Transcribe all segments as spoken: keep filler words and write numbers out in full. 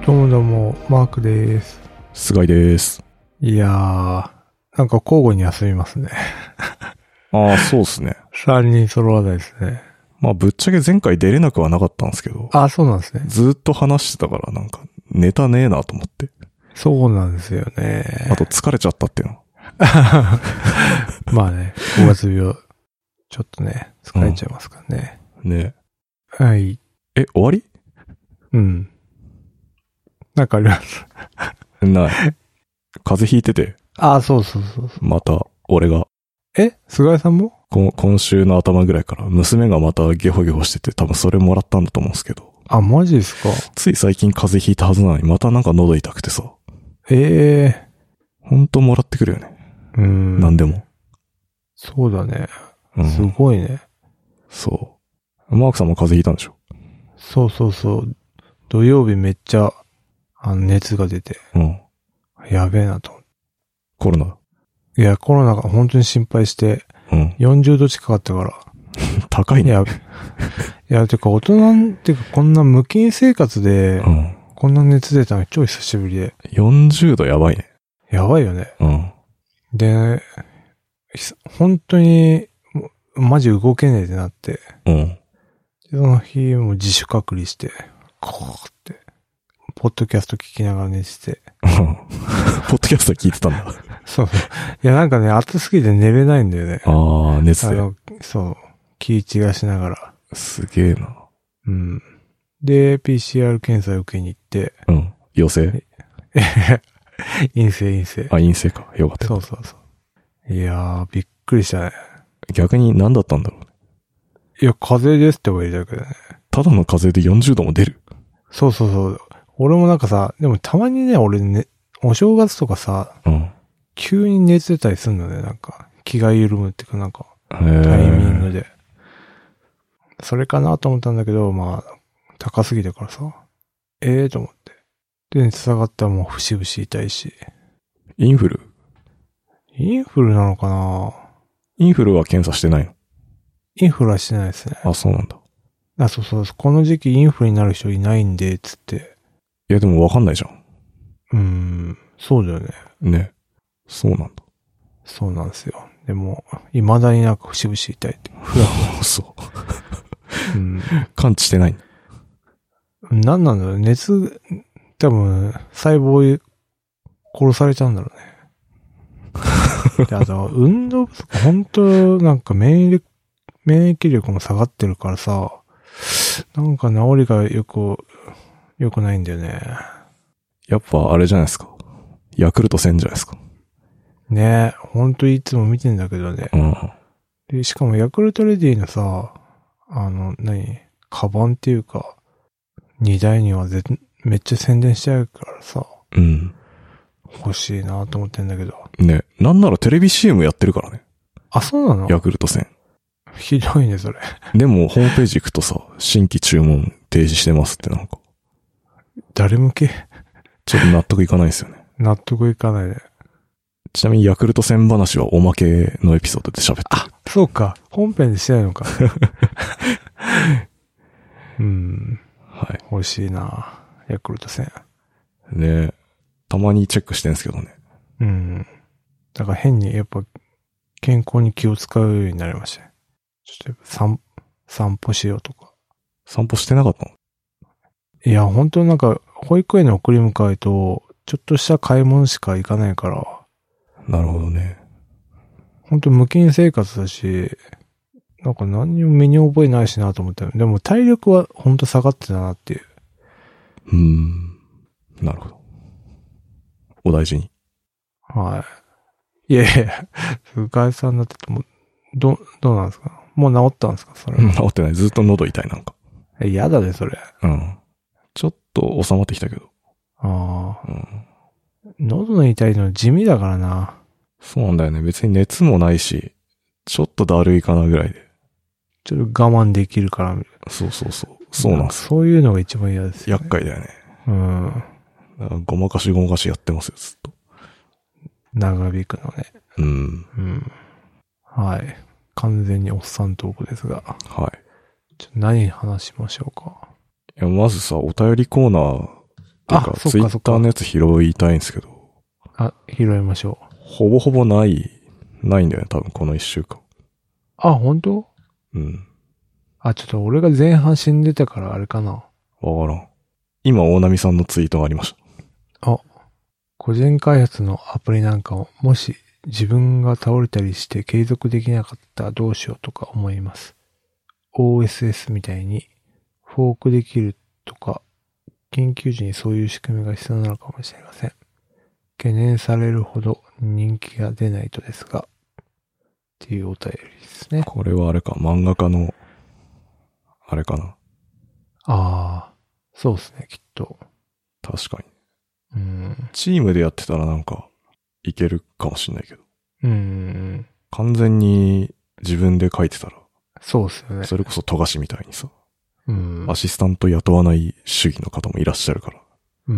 どうもどうも、マークです。 菅井です。 いやー、なんか交互に休みますね。 ああ、そうっすね。 さんにん揃わないですね。 まあ、ぶっちゃけ前回出れなくはなかったんですけど。 あ、そうなんですね。 ずーっと話してたから、なんか、ネタねえなと思って。 そうなんですよね。 あと、疲れちゃったっていうの。 まあね、ごがつ病、ちょっとね、疲れちゃいますからね。 うん、ねえ。はい。 え、終わり？ うん。なんかあります？ ない。風邪ひいてて。 あ、そうそうそうそう。 また、俺が。 え菅井さんも？ こ今週の頭ぐらいから、娘がまたゲホゲホしてて、多分それもらったんだと思うんですけど。 あ、マジですか？ つい最近風邪ひいたはずなのに、またなんか喉痛くてさ。 ええー。ほんともらってくるよね。 うん。 なんでも。 そうだね。 うん、 すごいね。 そう。マークさんも風邪ひいたんでしょ？ そうそうそう。土曜日めっちゃ、あの、熱が出て。 うん。 やべえなと。 コロナ。 いや、コロナが本当に心配して、 うん。 よんじゅうど近かったから。 高いね。 いや、いや、てか大人ってかこんな無菌生活で、 うん。 こんな熱出たの超久しぶりで。 よんじゅうどやばいね。 やばいよね。 うん。 で、本当に、マジ動けねえってなって。 うん。 その日も自主隔離して、こうって、ポッドキャスト聞きながら寝てて。 ポッドキャスト聞いてたんだ。 そうそう。いや、なんかね、暑すぎて寝れないんだよね。 ああ、熱で。 あの、そう。気違がしながら。 すげえな。 うん。で、ピーシーアール 検査を受けに行って。 うん。陽性？ 陰性陰性。 あ、陰性か。よかった。 そうそうそう。いやー、びっくりしたね。 逆に何だったんだろうね。 いや、風邪ですって言われたけどね。 ただの風邪でよんじゅうども出る？ そうそうそう。俺もなんかさ、でもたまにね、俺ね、お正月とかさ、 うん。 急に熱出たりするのね、なんか。気が緩むっていうかなんか、 タタイミングで。それかなと思ったんだけど、まあ、高すぎたからさ。ええー、と思って。で、熱下がったらもう節々痛いし。 インフル？ インフルなのかな？ インフルは検査してないの？ インフルはしてないですね。 あ、そうなんだ。 あ、そうそう。この時期インフルになる人いないんで、つって。 いや、でもわかんないじゃん。 うーん、そうだよね。 ね。そうなんだ。 そうなんですよ。でも、未だになんか節々痛いって。ふらふら。そう。 うん。 感知してない。 なんなんだろう。熱、多分、細胞殺されちゃうんだろうね。で、あと、運動不足、本当なんか免疫、免疫力も下がってるからさ、なんか治りがよく、よくないんだよね。 やっぱあれじゃないですか。ヤクルトせんじゃないですか。 ねえ、ほんといつも見てんだけどね。 うん。 で、しかもヤクルトレディのさ、あの、何カバンっていうか、荷台にはぜめっちゃ宣伝してあるからさ。 うん。 欲しいなと思ってんだけど。 ね。なんならテレビ シーエム やってるからね。 あ、そうなの？ ヤクルトせん。 ひどいね、それ。 でも、ホームページ行くとさ、新規注文停止してますってなんか。 誰向け？ ちょっと納得いかないですよね。 納得いかないね。 ちなみにヤクルトせん話はおまけのエピソードで喋ってる。 あ、そうか。本編でしてないのか。うん。 はい。 欲しいなヤクルトせん。 ね。たまにチェックしてんすけどね。 うん。だから変にやっぱ健康に気を使うようになりましたね。ちょっと散、散歩しようとか。 散歩してなかったの？ いや、本当なんか保育園の送り迎えと、ちょっとした買い物しか行かないから。 なるほどね。 本当無菌生活だし、なんか何にも身に覚えないしなと思った。でも体力は本当下がってたなっていう。 うーん。なるほど。お大事に。 はい。いやいや、菅井さんだってもう、ど、どうなんですか？もう治ったんですかそれ。 治ってない。ずっと喉痛いなんか。 え、やだね、それ。 うん。ちょっと収まってきたけど。 ああ。 うん。 喉の痛いの地味だからな。 そうなんだよね。別に熱もないし、ちょっとだるいかなぐらいで。 ちょっと我慢できるから。 そうそうそう。そうなんです。 そういうのが一番嫌ですよ、ね。 厄介だよね。 うん。 だからごまかしごまかしやってますよ、ずっと。 長引くのね。 うん。 うん。はい。完全におっさんトークですが。 はい。 ちょ何話しましょうか。 いや、まずさ、お便りコーナーていうか、ツイッターのやつ拾いたいんですけど。 あ、拾いましょう。 ほぼほぼない、ないんだよね、多分この一週間。 あ、本当？ うん。 あ、ちょっと俺が前半死んでたからあれかな。 わからん。今、大波さんのツイートがありました。 あ、個人開発のアプリなんかを、もし自分が倒れたりして継続できなかったらどうしようとか思います。オーエスエス みたいにフォークできるとか、緊急時にそういう仕組みが必要なのかもしれません。懸念されるほど人気が出ないとですが、っていうお便りですね。 これはあれか、漫画家の、あれかな。 ああ、そうですね、きっと。 確かうに。 ん。 チームでやってたらなんか、いけるかもしれないけど。 うん。 完全に自分で書いてたら。 そうですよね。 それこそ富樫みたいにさ。 うん。 アシスタント雇わない主義の方もいらっしゃるから。 うん。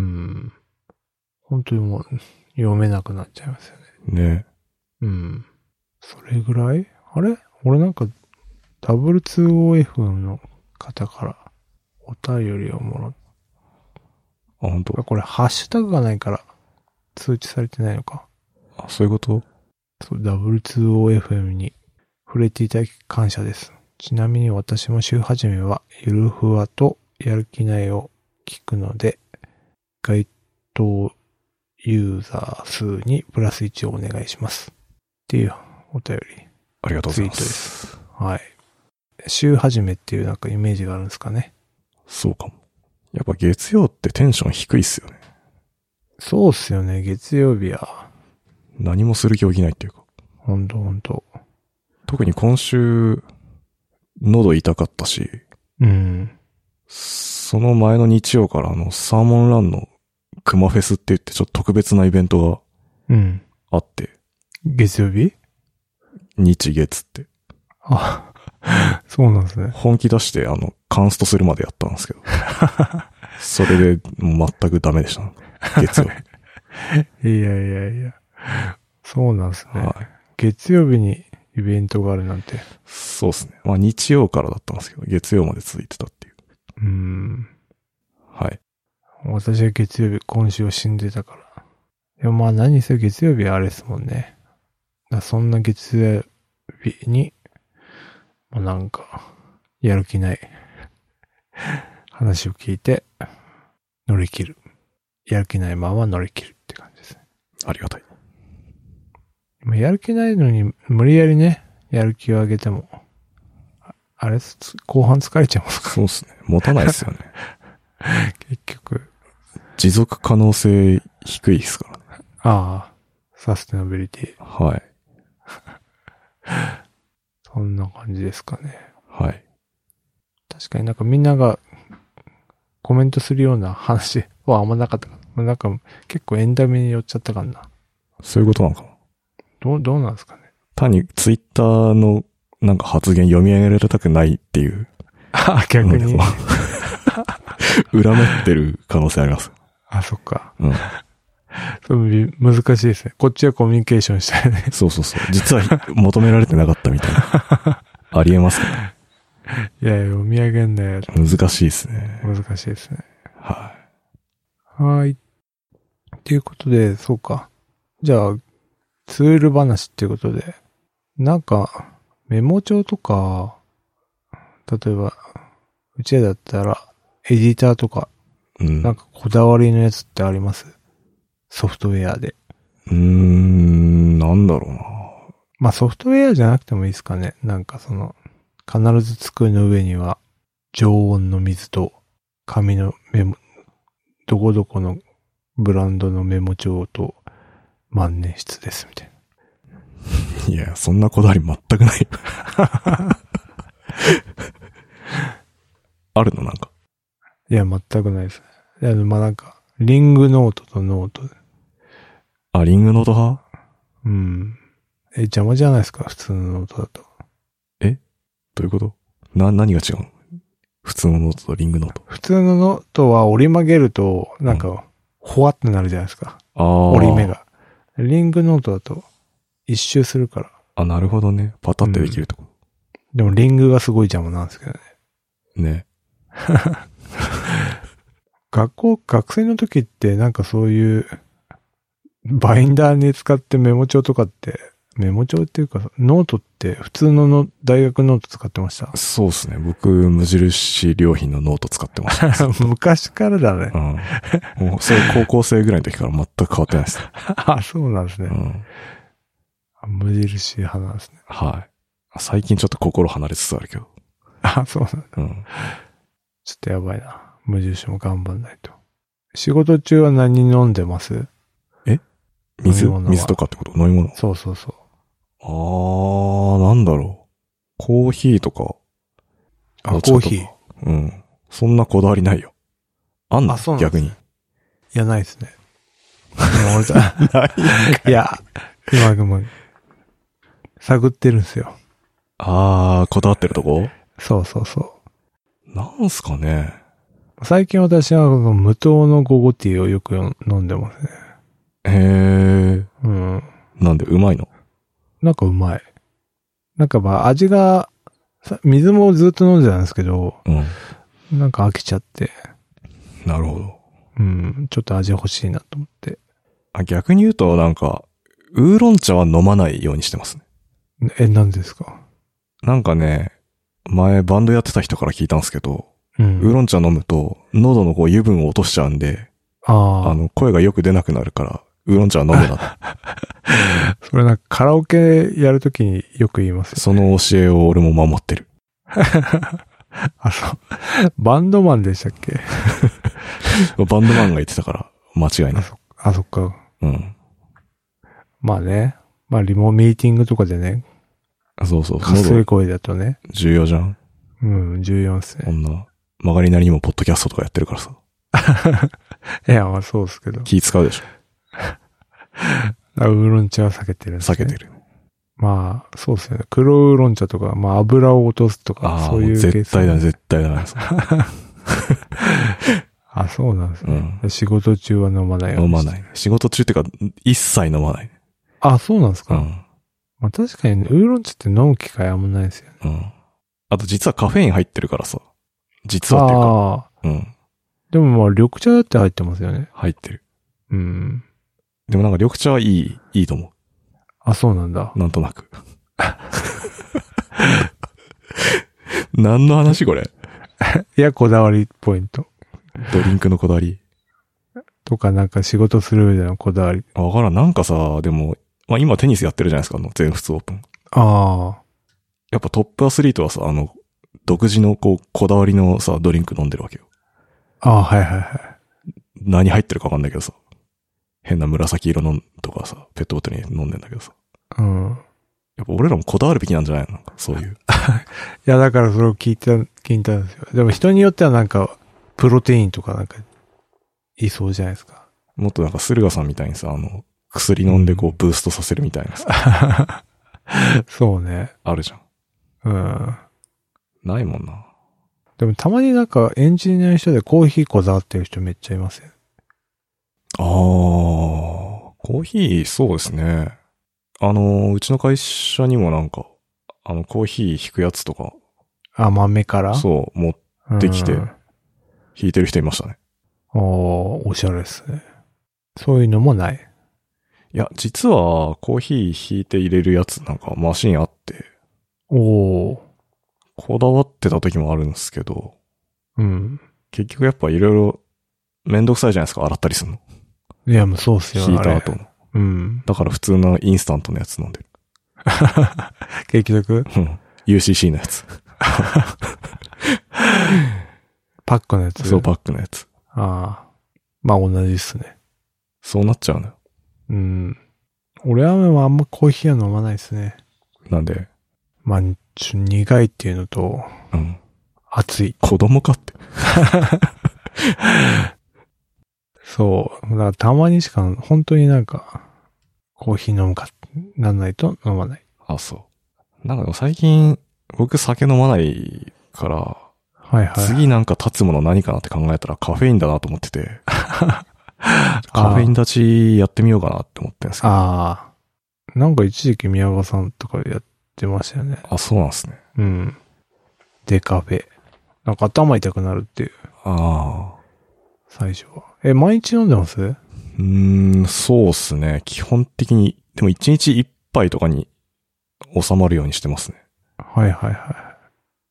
本当にもう読めなくなっちゃいますよね。 ね。 うん。それぐらい？あれ？俺なんか ダブリューツーオーエフ の方からお便りをもらった。 あ、本当。 これハッシュタグがないから通知されてないのか。 あ、そういうこと？ そう、ダブリューツーオーエフエム に触れていただき感謝です。ちなみに私も週始めはゆるふわとやる気ないを聞くので、該当ユーザー数にプラスいちをお願いします。っていうお便り。 ありがとうございまツイートす。 です。はい。週始めっていうなんかイメージがあるんですかね。 そうかも。やっぱ月曜ってテンション低いっすよね。 そうっすよね。月曜日は。 何もする気起きないっていうか。 ほんとほんと。 特に今週、喉痛かったし。 うん。 その前の日曜からあの、サーモンランのクマフェスって言ってちょっと特別なイベントがあって。 うん、月曜日？ 日月って。 あ、そうなんですね。 本気出してあの、カンストするまでやったんですけど。それでもう全くダメでした、ね。月曜日。いやいやいや。そうなんですね。 はい、 月曜日にイベントがあるなんて。 そうですね。まあ日曜からだったんですけど、月曜まで続いてたっていう。 うーん。 はい。 私は月曜日、今週は死んでたから。でもまあ何せ月曜日はあれですもんね。だそんな月曜日に、もうなんか、やる気ない話を聞いて、乗り切る。やる気ないまま乗り切るって感じですね。 ありがたい。 やる気ないのに、無理やりね、やる気を上げても、あ, あれ、後半疲れちゃいますか？ そうですね。持たないですよね。 結局。 持続可能性低いですからね。 ああ、サステナビリティ。はい。 そんな感じですかね。 はい。 確かになんかみんながコメントするような話はあんまなかったかな。なんか結構エンタメに寄っちゃったかな。 そういうことなのかな。 どう、どうなんですかね。 単にツイッターのなんか発言読み上げられたくないっていう。 あ、逆に。 裏目ってる可能性あります。 あ、そっか。 うん。 そう難しいですね。こっちはコミュニケーションしたいね。 そうそうそう。実は求められてなかったみたいな。ありえますね。 いやいや、読み上げんだよ。 難しいですね。 難しいですね。 はい。 はい。っていうことで、そうか。じゃあ、ツール話っていうことで、なんか、メモ帳とか、例えば、うちらだったら、エディターとか、 うん、 なんかこだわりのやつってあります？ソフトウェアで。 うーん、なんだろうな。 まあソフトウェアじゃなくてもいいですかね。なんかその、必ず机の上には、常温の水と、紙のメモ、どこどこのブランドのメモ帳と、万年筆ですみたいな。いや、そんなこだわり全くない。あるのなんか。 いや、全くないですね。いや、まあなんか、リングノートとノート。 あ、リングノート派？ うん。え、邪魔じゃないですか、普通のノートだと。 え？どういうこと？な、何が違うの？普通のノートとリングノート。 普通のノートは折り曲げると、なんか、ほわってなるじゃないですか。 ああ。 折り目が。リングノートだと、一周するから。 あ、なるほどね。パタってできるとこ、うん。 でもリングがすごい邪魔なんですけどね。 ね。 学校、学生の時ってなんかそういう、バインダーに使ってメモ帳とかって、メモ帳っていうか、ノートって普通のの大学ノート使ってました？ そうですね。僕、無印良品のノート使ってました。 昔からだね。 うん。もう、それ高校生ぐらいの時から全く変わってないです。 あ、そうなんですね。 うん。 無印派なんですね。 はい。最近ちょっと心離れつつあるけど。 あ、そうなんだ。 うん。 ちょっとやばいな。無印も頑張んないと。仕事中は何飲んでます？ え？水？水とかってこと？飲み物？ そうそうそう。 あー、なんだろう。コーヒーとか。 あ、コーヒー。 うん。そんなこだわりないよ。あんの？逆に。いや、ないですね。今俺さ、いや、今、今、探ってるんですよ。 あー、こだわってるとこ？ そうそうそう。 なんすかね。 最近私は無糖のゴゴティーをよく飲んでますね。 へー。 うん。 なんで、うまいの？ なんかうまい。なんかまあ味が、水もずっと飲んでたんですけど、うん、なんか飽きちゃって。 なるほど。 うん、ちょっと味欲しいなと思って。 あ、逆に言うとなんか、ウーロン茶は飲まないようにしてますね。 え、なんですか？ なんかね、前バンドやってた人から聞いたんですけど、うん、ウーロン茶飲むと喉のこう油分を落としちゃうんで、ああの声がよく出なくなるから、ウーロン茶は飲むな。 それなんかカラオケやるときによく言いますよね。 その教えを俺も守ってる。 あ、そう。バンドマンでしたっけ？ バンドマンが言ってたから間違いない。 あ、そ, あそっか。 うん。 まあね。まあリモミーティングとかでね。 そうそう。 かすれ声だとね。 重要じゃん。 うん、重要ですね。 こんな、曲がりなりにもポッドキャストとかやってるからさ。 いや、まあそうですけど。 気使うでしょ。 ウーロン茶は避けてるんですね。 避けてる。 まあ、そうですよね。黒ウーロン茶とか、まあ油を落とすとか、そういうケース、ね。 絶対だ、絶対だ。 あ、そうなんですね。うん、仕事中は飲まないように。 飲まない。仕事中っていうか、一切飲まない。 あ、そうなんですか。 うん。 まあ確かに、ウーロン茶って飲む機会あんまないですよね。 うん。あと実はカフェイン入ってるからさ。実はっていうか。ああ。うん。 でもまあ緑茶だって入ってますよね。 入ってる。 うん。 でもなんか緑茶はいい、いいと思う。 あ、そうなんだ。 なんとなく。何の話これ？ いや、こだわりポイント。 ドリンクのこだわり。 とかなんか仕事する上でのこだわり。 あ、わからん。なんかさ、でも、まあ今テニスやってるじゃないですか、あの、全仏オープン。 ああ。 やっぱトップアスリートはさ、あの、独自のこう、こだわりのさ、ドリンク飲んでるわけよ。 ああ、はいはいはい。 何入ってるかわかんないけどさ。変な紫色のとかさ、ペットボトルに飲んでんだけどさ。 うん。 やっぱ俺らもこだわるべきなんじゃないの？なんかそういう。 いや、だからそれを聞いた、聞いたんですよ。でも人によってはなんか、プロテインとかなんか、いそうじゃないですか。 もっとなんか駿河さんみたいにさ、あの、薬飲んでこう、ブーストさせるみたいなさ。 そうね。 あるじゃん。 うん。 ないもんな。 でもたまになんかエンジニアの人でコーヒーこだわってる人めっちゃいますよ。 ああ、コーヒー、そうですね。あの、うちの会社にもなんか、あの、コーヒー引くやつとか。 あ、豆からそう、持ってきて、引いてる人いましたね。 おー、おしゃれですね。そういうのもない。 いや、実は、コーヒー引いて入れるやつなんかマシンあって。 おー。 こだわってた時もあるんですけど。 うん。 結局やっぱいろいろめんどくさいじゃないですか、洗ったりするの。 いや、もうそうっすよ。 引いた後の。 うん。 だから普通のインスタントのやつ飲んでる。 結局うん。ユーシーシー のやつ。 パックのやつ。 そう、パックのやつ。 ああ。まあ同じっすね。 そうなっちゃうのよ。 うん。俺はもうあんまコーヒーは飲まないですね。 なんで？ まあ、ちょ苦いっていうのと、 うん。 熱い。 子供かって。 そう。だからたまにしか、本当になんか、コーヒー飲むか、なんないと飲まない。 あ、そう。なんか最近、僕酒飲まないから、 はいはい。 次なんか立つもの何かなって考えたらカフェインだなと思ってて。カフェイン立ちやってみようかなって思ってんですけど。 ああ。なんか一時期宮川さんとかやってましたよね。 あ、そうなんですね。 うん。デカフェ。なんか頭痛くなるっていう。 ああ。 最初は。え、毎日飲んでます？ うーん、そうっすね。基本的に、でも一日一杯とかに収まるようにしてますね。 はいはいはい。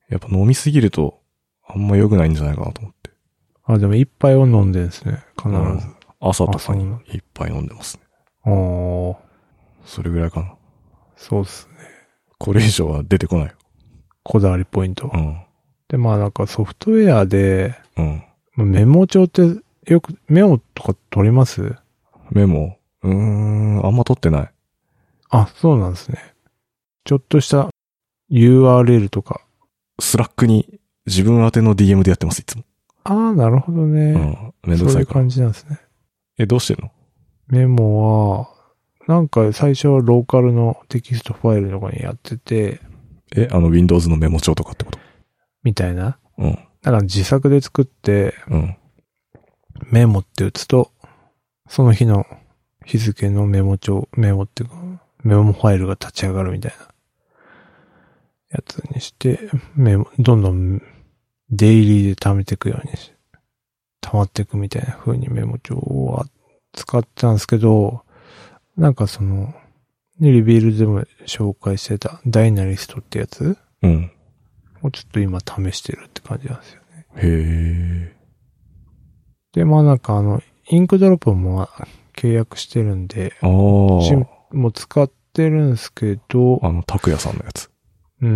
やっぱ飲みすぎると、あんま良くないんじゃないかなと思って。 あ、でも一杯を飲んでるんですね。必ず。うん、 朝とかに一杯飲んでますね。 おー。 それぐらいかな。 そうっすね。 これ以上は出てこないよ。 こだわりポイント。 うん。 で、まあなんかソフトウェアで、 うん。 メモ帳ってよくメモとか取ります？ メモうーん、あんま取ってない。 あ、そうなんですね。ちょっとした ユーアールエル とか。 スラックに自分宛ての ディーエム でやってます、いつも。 ああ、なるほどね。 うん。めんどくさいから。 そういう感じなんですね。 え、どうしてんの？ メモは、なんか最初はローカルのテキストファイルとかにやってて。 え、あの Windows のメモ帳とかってこと？ みたいな。 うん。 だから自作で作って、 うん。 メモって打つと、その日の日付のメモ帳、メモっていうか、メモファイルが立ち上がるみたいなやつにして、メモ、どんどんデイリーで貯めていくようにし、溜まっていくみたいな風にメモ帳は使ってたんですけど、なんかその、リビールでも紹介してたダイナリストってやつ？ うん。 をちょっと今試してるって感じなんですよね。 へー。 で、まあなんかあの、インクドロップも契約してるんで、 ああ。 もう使ってるんですけど、 あの、拓也さんのやつ。 うん。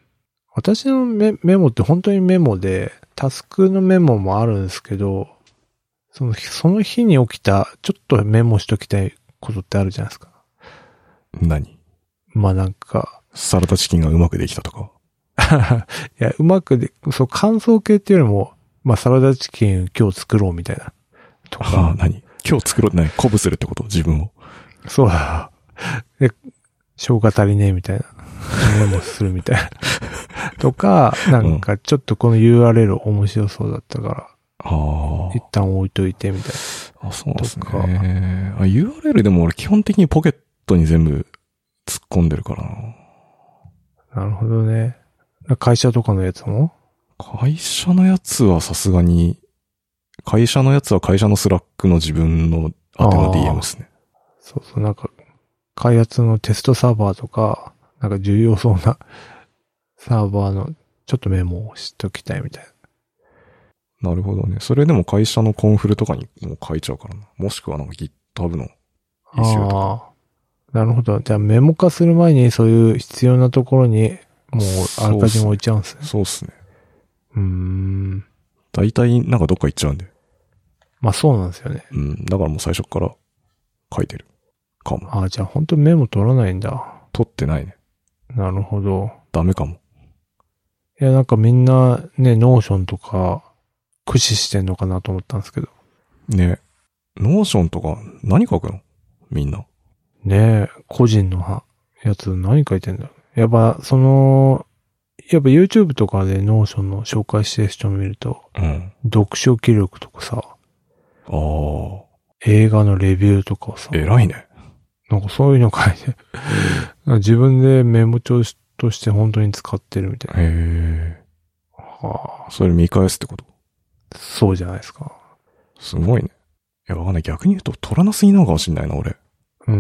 私のメメモって本当にメモで、タスクのメモもあるんですけど、その、その日に起きた、ちょっとメモしときたいことってあるじゃないですか。 何？ まあなんか。 サラダチキンがうまくできたとか。 いや、うまくで、そう、感想系っていうよりも、まあサラダチキン今日作ろうみたいな。とか。 ああ、何？今日作ろうって何？鼓舞するってこと？自分を。 そうだ。で、生姜足りねえみたいな。メモするみたいな。とか、なんかちょっとこの ユーアールエル 面白そうだったから、 ああ。 一旦置いといてみたいな。あ、そうなんですね。あ、ユーアールエル でも俺基本的にポケットに全部突っ込んでるからな。なるほどね。会社とかのやつも？ 会社のやつはさすがに、会社のやつは会社のスラックの自分の宛ての ディーエム ですね。 そうそう、なんか、開発のテストサーバーとか、なんか重要そうなサーバーのちょっとメモをしときたいみたいな。なるほどね。それでも会社のコンフルとかにもう書いちゃうからな。もしくはなんか GitHub のイシューとか。 ああ。なるほど。じゃあメモ化する前にそういう必要なところにもうあらかじめ置いちゃうんですね。 そうっすね。 うーん。 大体なんかどっか行っちゃうんで。 まあそうなんですよね。 うん。だからもう最初から書いてる。かも。 ああ、じゃあ本当メモ取らないんだ。 取ってないね。 なるほど。 ダメかも。 いや、なんかみんなね、ノーションとか駆使してんのかなと思ったんですけど。 ね。ノーションとか何書くの？みんな。 ねえ、個人のやつ何書いてんだ。やっぱ、その、やっぱ YouTube とかでノーションの紹介してる人を見ると、 うん。 読書記録とかさ、 ああ。 映画のレビューとかさ。 偉いね。 なんかそういうの書いて、自分でメモ帳として本当に使ってるみたいな。 へえ。 はあ。 それ見返すってこと？ そうじゃないですか。 すごいね。いや、わかんない。逆に言うと取らなすぎなのかもしんないな、俺。 うん。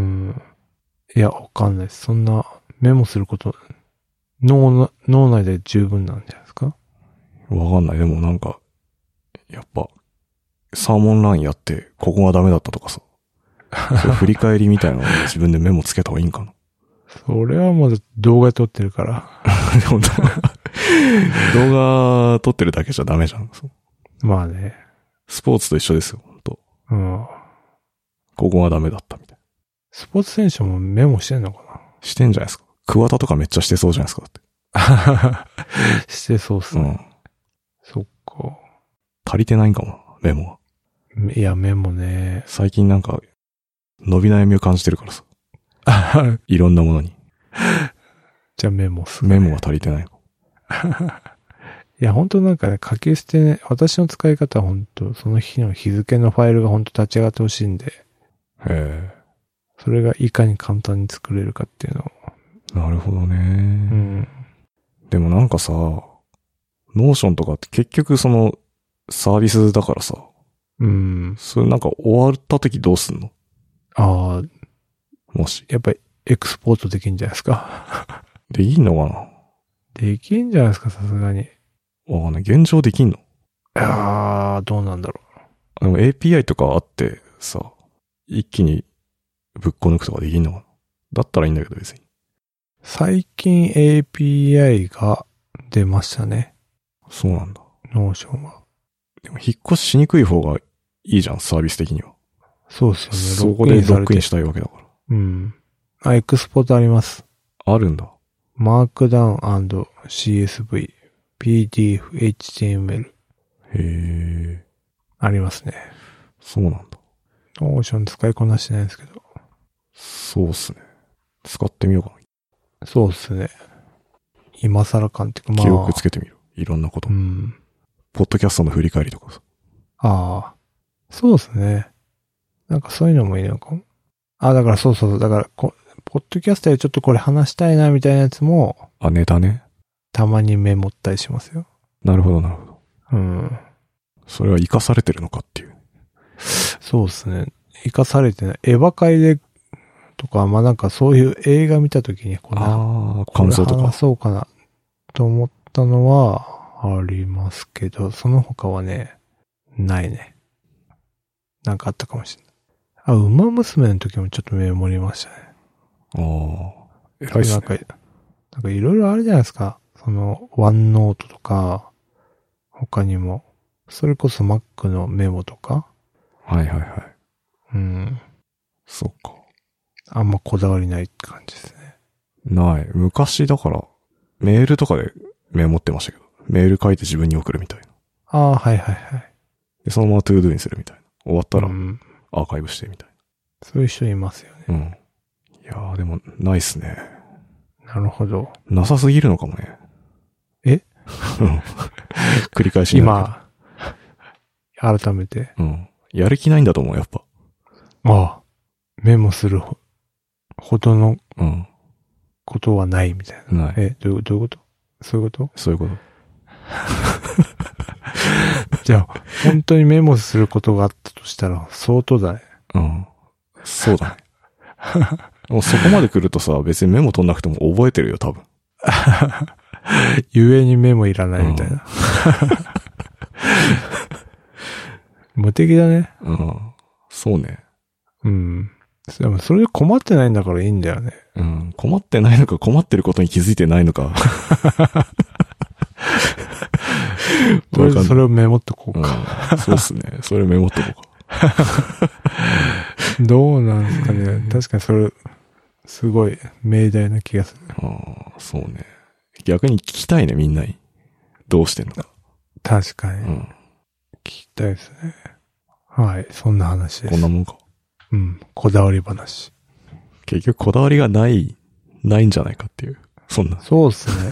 いや、わかんないです。そんなメモすること、脳、脳内で十分なんじゃないですか？ わかんない。でもなんか、やっぱ、サーモンランやって、ここがダメだったとかさ。そう振り返りみたいなので自分でメモつけた方がいいんかな。 それはまだ動画撮ってるから。 でも動画撮ってるだけじゃダメじゃん。 まあね。 スポーツと一緒ですよ、ほんと。 うん。 ここがダメだったみたいな。 スポーツ選手もメモしてんのかな？ してんじゃないですか。桑田とかめっちゃしてそうじゃないですか、だって。 してそうっすね。うん。そっか。 足りてないんかも、メモは。いや、メモね。 最近なんか、伸び悩みを感じてるからさ。いろんなものに。 じゃあメモっすね。 メモが足りてない。 いや、本当なんかね、書き捨てね、私の使い方は本当その日の日付のファイルが本当立ち上がってほしいんで。へえ。 それがいかに簡単に作れるかっていうのを。 なるほどね。うん。 でもなんかさ、ノーションとかって結局そのサービスだからさ、 うん。 それなんか終わった時どうすんの？ ああ。 もし。 やっぱりエクスポートできんじゃないですか。 できんのかな？ できんじゃないですか、さすがに。 わかんない。現状できんの？ ああ、どうなんだろう。でも エーピーアイ とかあってさ、一気にぶっこ抜くとかできんのかな？だったらいいんだけど別に。 最近 エーピーアイ が出ましたね。 そうなんだ。 ノーションは。 でも引っ越ししにくい方がいいじゃん、サービス的には。 そうですよね。 そこでロックインしたいわけだから。 うん。あ、エクスポートあります。 あるんだ。 マークダウン &シーエスブイ、ピーディーエフ、エイチティーエムエル。 へー。 ありますね。 そうなんだ。 ノーション使いこなしてないんですけど。 そうっすね。使ってみようかな。そうっすね。今更感っていうかまあ。 記憶つけてみる。いろんなこと。 うん。 ポッドキャストの振り返りとかさ。 ああ。そうっすね。なんかそういうのもいいのかも。あ、だからそうそう。だからこ、ポッドキャストでちょっとこれ話したいなみたいなやつも。 あ、ネタね。 たまにメモったりしますよ。 なるほど、なるほど。 うん。 それは活かされてるのかっていう。 そうですね。活かされてない。エヴァ界で、とか、まあなんかそういう映画見たときに、こんな、 ああ、感想とか。 話そうかな、と思ったのは、ありますけど、その他はね、ないね。なんかあったかもしれない。あ、馬娘の時もちょっとメモりましたね。 ああ、偉いっすね。 なんか、なんかいろいろあるじゃないですか。その、ワンノートとか、他にも、それこそ Mac のメモとか。 はいはいはい。 うん。 そっか。 あんまこだわりないって感じですね。 ない。昔だから、メールとかでメモってましたけど、メール書いて自分に送るみたいな。 ああ、はいはいはい。 で、そのままトゥードゥにするみたいな。終わったら、 うん、 アーカイブしてみたいな。 そういう人いますよね。 うん。いやーでも、ないっすね。 なるほど。 なさすぎるのかもね。 え繰り返しになる今、改めて。 うん。やる気ないんだと思う、やっぱ。 ああ。メモするほほどの、 うん。 ことはないみたいな。 ない。 え、どう、どういうことそういうことそういうこと。 じゃあ、本当にメモすることがあったとしたら、相当だね。 うん。そうだね。もうそこまで来るとさ、別にメモ取んなくても覚えてるよ、多分。 ゆえにメモいらないみたいな。うん、無敵だね。 うん。そうね。 うん。でもそれで困ってないんだからいいんだよね。 うん。困ってないのか困ってることに気づいてないのか。 とりあえずそれをメモっとこうか。 うん、そうっすね。それメモっとこうか。 どうなんですかね。確かにそれ、すごい命題な気がする。 ああ、そうね。逆に聞きたいね、みんなに。どうしてんのか。 確かに。うん、聞きたいですね。はい。そんな話です。 こんなもんか。 うん。こだわり話。 結局こだわりがない、ないんじゃないかっていう。そんな。 そうっすね。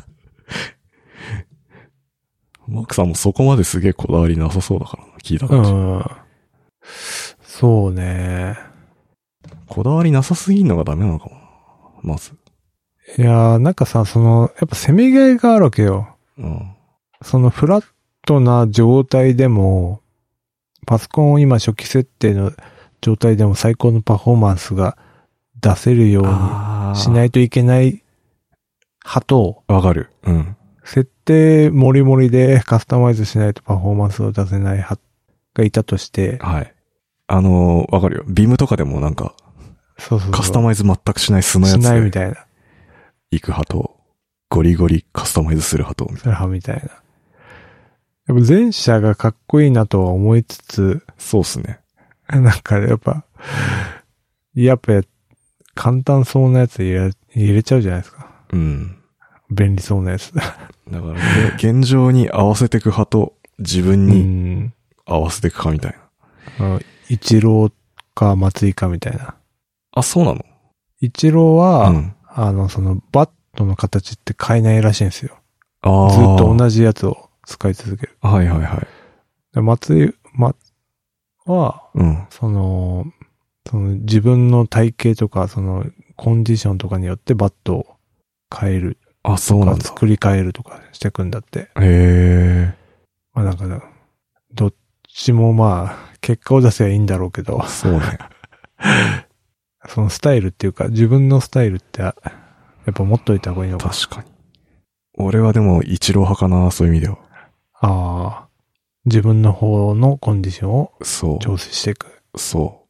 マークさんもそこまですげえこだわりなさそうだからな、聞いた感じ。うん。 そうね。 こだわりなさすぎんのがダメなのかもな。まず。 いやー、なんかさ、その、やっぱせめぎ合いがあるわけよ。うん。そのフラットな状態でも、パソコンを今初期設定の状態でも最高のパフォーマンスが出せるようにしないといけない派と、 わかる。うん。 設定もりもりでカスタマイズしないとパフォーマンスを出せない派がいたとして。 はい。あのー、わかるよ。ビームとかでもなんか、 そうそうそう。 カスタマイズ全くしない素のやつで。 しないみたいな。 行く派と、ゴリゴリカスタマイズする派と。 する派みたいな。やっぱ前者がかっこいいなとは思いつつ。 そうっすね。 なんかやっぱ、やっぱ簡単そうなやつ入れ、入れちゃうじゃないですか。うん。便利そうなやつ。だから、現状に合わせていく派と、自分に合わせていくかみたいな。うん、イチローか松井かみたいな。 あ、そうなの？ イチローは、うん、あの、その、バットの形って変えないらしいんですよ。ああ。ずっと同じやつを使い続ける。 はいはいはい。 で松井、ま、は、うん、その、その自分の体型とか、その、コンディションとかによってバットを変える。 あ、そうなんだ。 作り変えるとかしていくんだって。へえ。 まあなんか、どっちもまあ、結果を出せばいいんだろうけど。 そうね。 そのスタイルっていうか、自分のスタイルって、やっぱ持っといた方がいいのか。 確かに。俺はでも、一郎派かな、そういう意味では。 ああ。自分の方のコンディションを調整していく。 そう。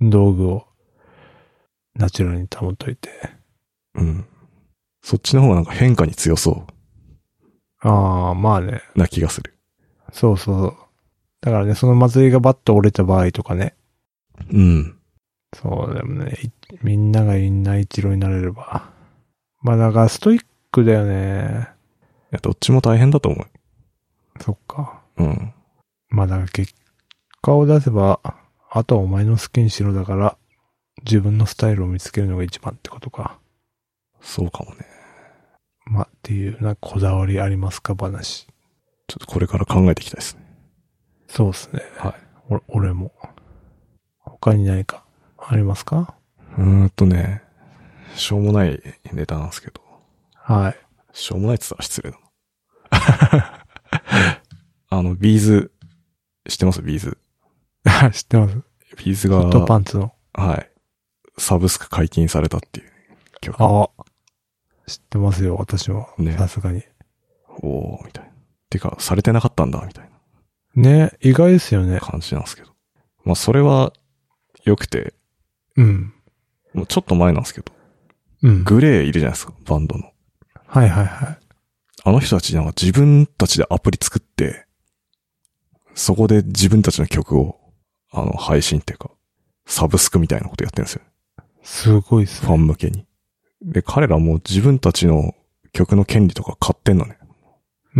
道具をナチュラルに保っといて。 うん。そっちの方がなんか変化に強そう。 ああ、まあね。 な気がする。 そうそう。だからね、その祭りがバッと折れた場合とかね。 うん。 そう、でもね、みんながみんな一郎になれれば。まあだからストイックだよね。 いや、どっちも大変だと思う。 そっか。 うん。 まあだから結果を出せば、あとはお前の好きにしろだから、自分のスタイルを見つけるのが一番ってことか。 そうかもね。 まあっていう、なんかこだわりありますか話。 ちょっとこれから考えていきたいですね。 そうですね。 はい。 お、俺も。他に何かありますか？ うーんとね、しょうもないネタなんですけど。 はい。 しょうもないって言ったら失礼だな。あの、ビーズ、知ってますビーズ。 知ってます。 ビーズが、 ホットパンツの。 はい。サブスク解禁されたっていう曲。 ああ。知ってますよ、私も。 ね。 さすがに。 おー、みたいな。てか、されてなかったんだ、みたいな。 ね、意外ですよね。 感じなんですけど。まあ、それは、良くて。 うん。 もうちょっと前なんですけど。 うん。 グレーいるじゃないですか、バンドの。 はいはいはい。 あの人たちなんか自分たちでアプリ作って、そこで自分たちの曲を、あの、配信っていうか、サブスクみたいなことやってるんですよ。 すごいっすね。 ファン向けに。で、彼らも自分たちの曲の権利とか買ってんのね。 うん、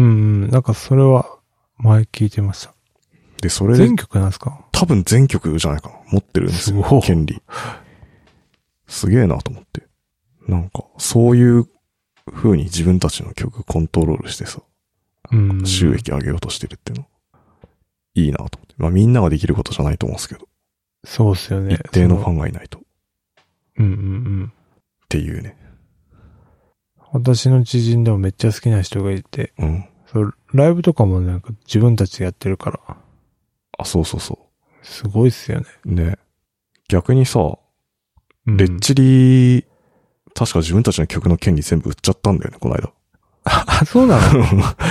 なんかそれは前聞いてました。 で、それで。 全曲なんですか？ 多分全曲じゃないかな。持ってるんですよ。権利。すげえなと思って。なんか、そういう風に自分たちの曲コントロールしてさ、うん、収益上げようとしてるっていうの。いいなと思って。まあみんなができることじゃないと思うんですけど。 そうっすよね。 一定のファンがいないと。 うんうんうん。 っていうね。 私の知人でもめっちゃ好きな人がいて。 うん。 そう、ライブとかもなんか自分たちでやってるから。 あ、そうそうそう。 すごいっすよね。 ね。逆にさ、うん、レッチリ、確か自分たちの曲の権利全部売っちゃったんだよね、この間。 あ、そうなの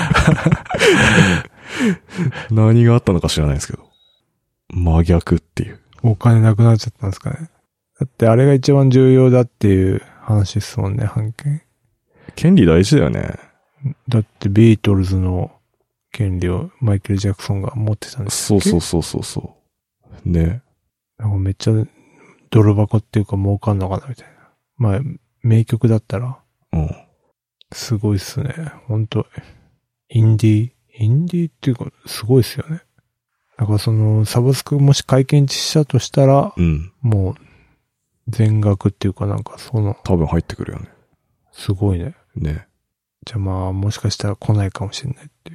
何があったのか知らないですけど。真逆っていう。 お金なくなっちゃったんですかね。だってあれが一番重要だっていう話ですもんね、版権。 権利大事だよね。 だってビートルズの権利をマイケル・ジャクソンが持ってたんですよ。 そうそうそうそう。ね。 なんかめっちゃ泥箱っていうか儲かんのかなみたいな。まあ、名曲だったら。 うん。 すごいっすね。本当インディー、インディーっていうかすごいっすよね。だからそのサブスクもし解禁したとしたら、 うん。 もう全額っていうかなんかその。 多分入ってくるよね。 すごいね。 ね。 じゃあまあもしかしたら来ないかもしれないっていう。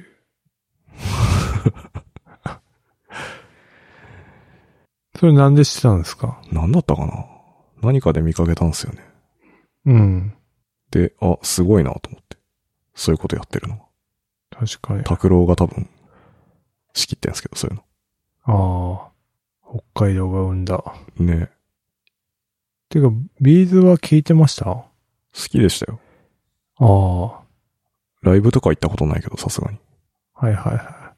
それなんで知ってたんですか？ なんだったかな？何かで見かけたんですよね。 うん。 で、あ、すごいなと思って。そういうことやってるのは。 確かに。 拓郎が多分、仕切ってんすけど、そういうの。 ああ。北海道が生んだ。 ね。 てか、ビーズは聞いてました？好きでしたよ。 ああ。 ライブとか行ったことないけど、さすがに。 はいはいはい。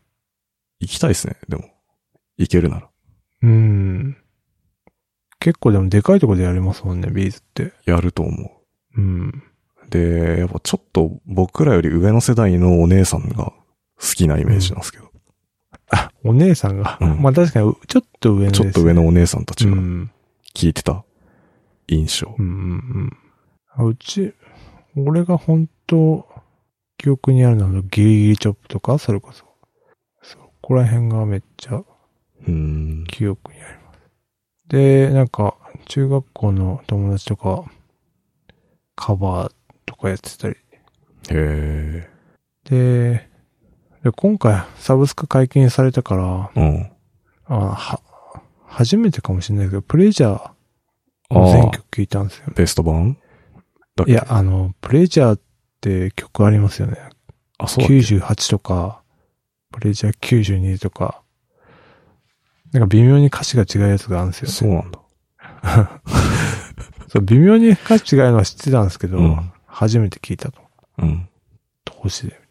行きたいですね、でも。行けるなら。 うーん。結構でもでかいとこでやりますもんね、ビーズって。 やると思う。 うん。 で、やっぱちょっと僕らより上の世代のお姉さんが好きなイメージなんですけど。うん、 あ、お姉さんが。うん、まあ確かにちょっと上の、ね、 ちょっと上のお姉さんたちが聞いてた印象。 うんうんうん。うち、俺が本当記憶にあるのはギリギリチョップとかそれこそ。そこら辺がめっちゃ記憶にあります。で、なんか中学校の友達とかカバーとかやってたり。 へー。で、で今回サブスク解禁されたから、 うん、 あは、初めてかもしれないけど、プレジャーの全曲聴いたんですよ、ね。 ベスト版だっけ？ いや、あの、プレジャーって曲ありますよね。 あ、そうだっけ？ きゅうじゅうはちとか、プレジャーきゅうじゅうにとか、 なんか微妙に歌詞が違うやつがあるんですよ、ね。 そうなんだ。 そう、微妙に歌詞違うのは知ってたんですけど、 うん、 初めて聞いたと。 うん。 投資で。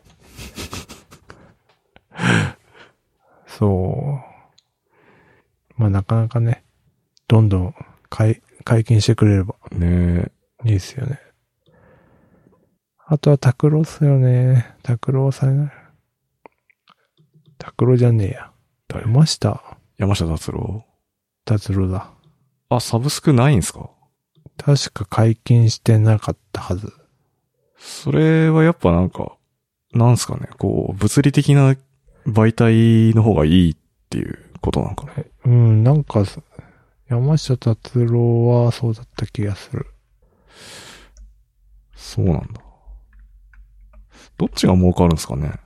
そう。まあなかなかね、どんどん解解禁してくれれば。 ねえ。いいっすよね。あとは拓郎っすよね。拓郎さん。拓郎じゃねえや。山下。 山下達郎。 達郎だ。 あ、サブスクないんすか？ 確か解禁してなかったはず。 それはやっぱなんか、なんすかね、こう、物理的な媒体の方がいいっていうことなのかな。 うん、なんか、山下達郎はそうだった気がする。 そうなんだ。どっちが儲かるんですかね。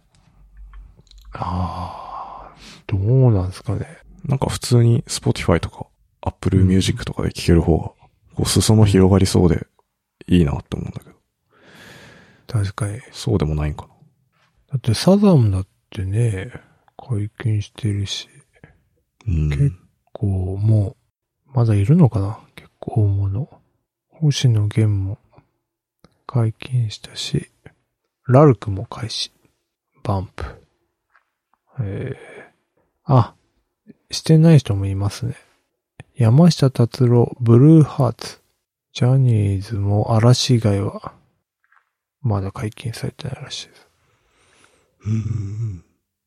ああ、どうなんですかね。 なんか普通に Spotify とか Apple Music とかで聴ける方が、こう裾野広がりそうでいいなって思うんだけど。 確かに。 そうでもないんかな。 だってサザンだってね、解禁してるし。 うん、 結構もう、まだいるのかな結構大物。星野源も解禁したし、ラルクも開始。バンプ。えー、あ、してない人もいますね。山下達郎、ブルーハーツ。ジャニーズも嵐以外は、まだ解禁されてないらしいです。 うん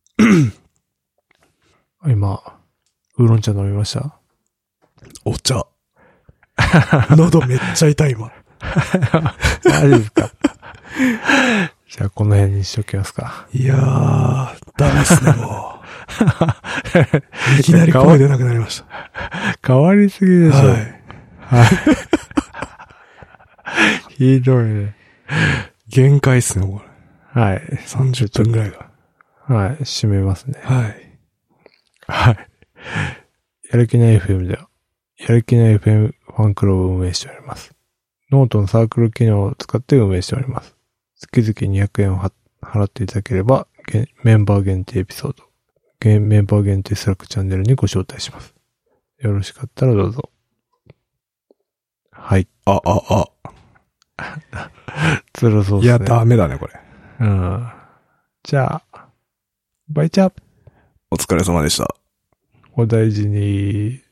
今、ウーロン茶飲みました？ お茶。喉めっちゃ痛い今。 マジですか？じゃあこの辺にしときますか。 いやー、ダメっすね、もう。いきなり声出なくなりました。 変わりすぎでしょ。 はい。 はい。ひどいね。 限界っすね、これ。はい。 さんじゅっぷんぐらいが。 はい。締めますね。 はい。 はい。やる気ない エフエム では、やる気ない エフエム ファンクラブを運営しております。ノートのサークル機能を使って運営しております。月々にひゃくえんを払っていただければ、メンバー限定エピソード、メンバー限定スラックチャンネルにご招待します。よろしかったらどうぞ。はい。 あ、あ、 あ。辛そうですね。 いや、ダメだね、これ。 うん。じゃあ、バイチャー。 お疲れ様でした。 お大事に。